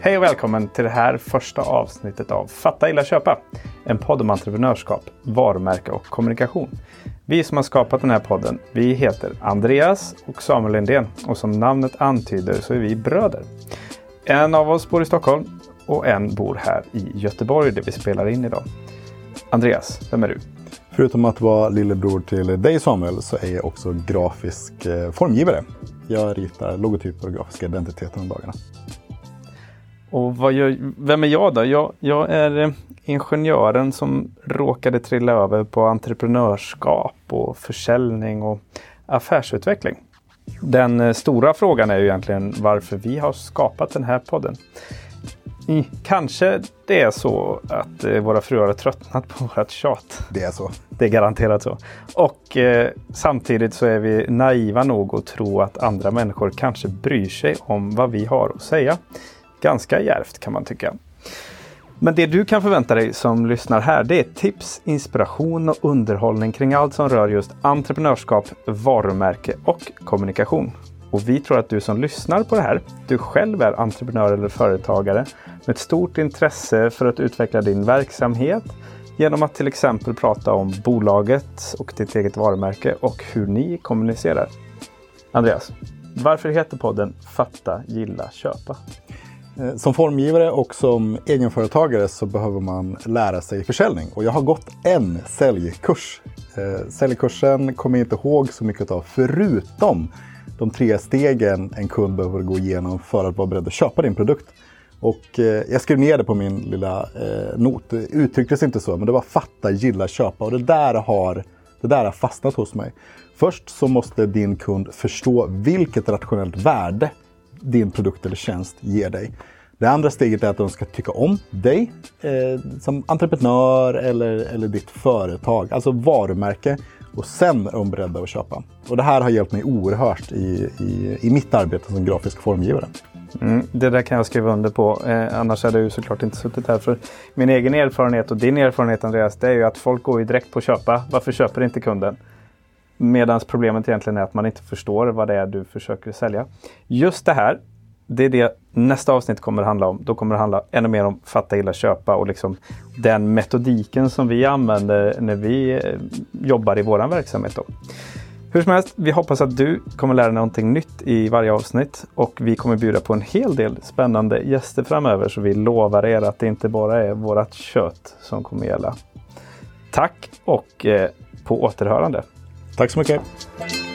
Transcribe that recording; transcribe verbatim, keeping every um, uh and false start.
Hej och välkommen till det här första avsnittet av Fatta illa köpa. En podd om entreprenörskap, varumärke och kommunikation. Vi som har skapat den här podden, vi heter Andreas och Samuel Lindén. Och som namnet antyder så är vi bröder. En av oss bor i Stockholm och en bor här i Göteborg där vi spelar in idag. Andreas, vem är du? Förutom att vara lillebror till dig Samuel så är jag också grafisk eh, formgivare. Jag ritar logotyper och grafiska identiteter om dagarna. Och vad gör, vem är jag då? Jag, jag är ingenjören som råkade trilla över på entreprenörskap och försäljning och affärsutveckling. Den stora frågan är ju egentligen varför vi har skapat den här podden. Mm, kanske det är så att eh, våra fruar har tröttnat på vårt tjat. Det är så. Det är garanterat så. Och eh, samtidigt så är vi naiva nog att tro att andra människor kanske bryr sig om vad vi har att säga. Ganska djärvt kan man tycka. Men det du kan förvänta dig som lyssnar här, det är tips, inspiration och underhållning kring allt som rör just entreprenörskap, varumärke och kommunikation. Och vi tror att du som lyssnar på det här, du själv är entreprenör eller företagare med ett stort intresse för att utveckla din verksamhet genom att till exempel prata om bolaget och ditt eget varumärke och hur ni kommunicerar. Andreas, varför heter podden Fatta, gilla, köpa? Som formgivare och som egenföretagare så behöver man lära sig försäljning. Och jag har gått en säljkurs. Eh, säljkursen kommer jag inte ihåg så mycket av förutom de tre stegen en kund behöver gå igenom för att vara beredd att köpa din produkt. Och eh, jag skrev ner det på min lilla eh, not. Det uttrycktes inte så, men det var fatta, gilla, köpa. Och det där har, det där har fastnat hos mig. Först så måste din kund förstå vilket rationellt värde din produkt eller tjänst ger dig. Det andra steget är att de ska tycka om dig eh, som entreprenör eller, eller ditt företag. Alltså varumärke. Och sen är de beredda att köpa. Och det här har hjälpt mig oerhört i, i, i mitt arbete som grafisk formgivare. Mm, det där kan jag skriva under på. Eh, annars hade jag ju såklart inte suttit här. För min egen erfarenhet och din erfarenhet Andreas, det är ju att folk går ju direkt på att köpa. Varför köper inte kunden? Medan problemet egentligen är att man inte förstår vad det är du försöker sälja. Just det här, det är det nästa avsnitt kommer att handla om. Då kommer det handla ännu mer om fatta, gilla, köpa och liksom den metodiken som vi använder när vi jobbar i våran verksamhet då. Hur som helst, vi hoppas att du kommer lära dig någonting nytt i varje avsnitt och vi kommer bjuda på en hel del spännande gäster framöver så vi lovar er att det inte bara är vårat kött som kommer gälla. Tack och eh, på återhörande. Tack så mycket.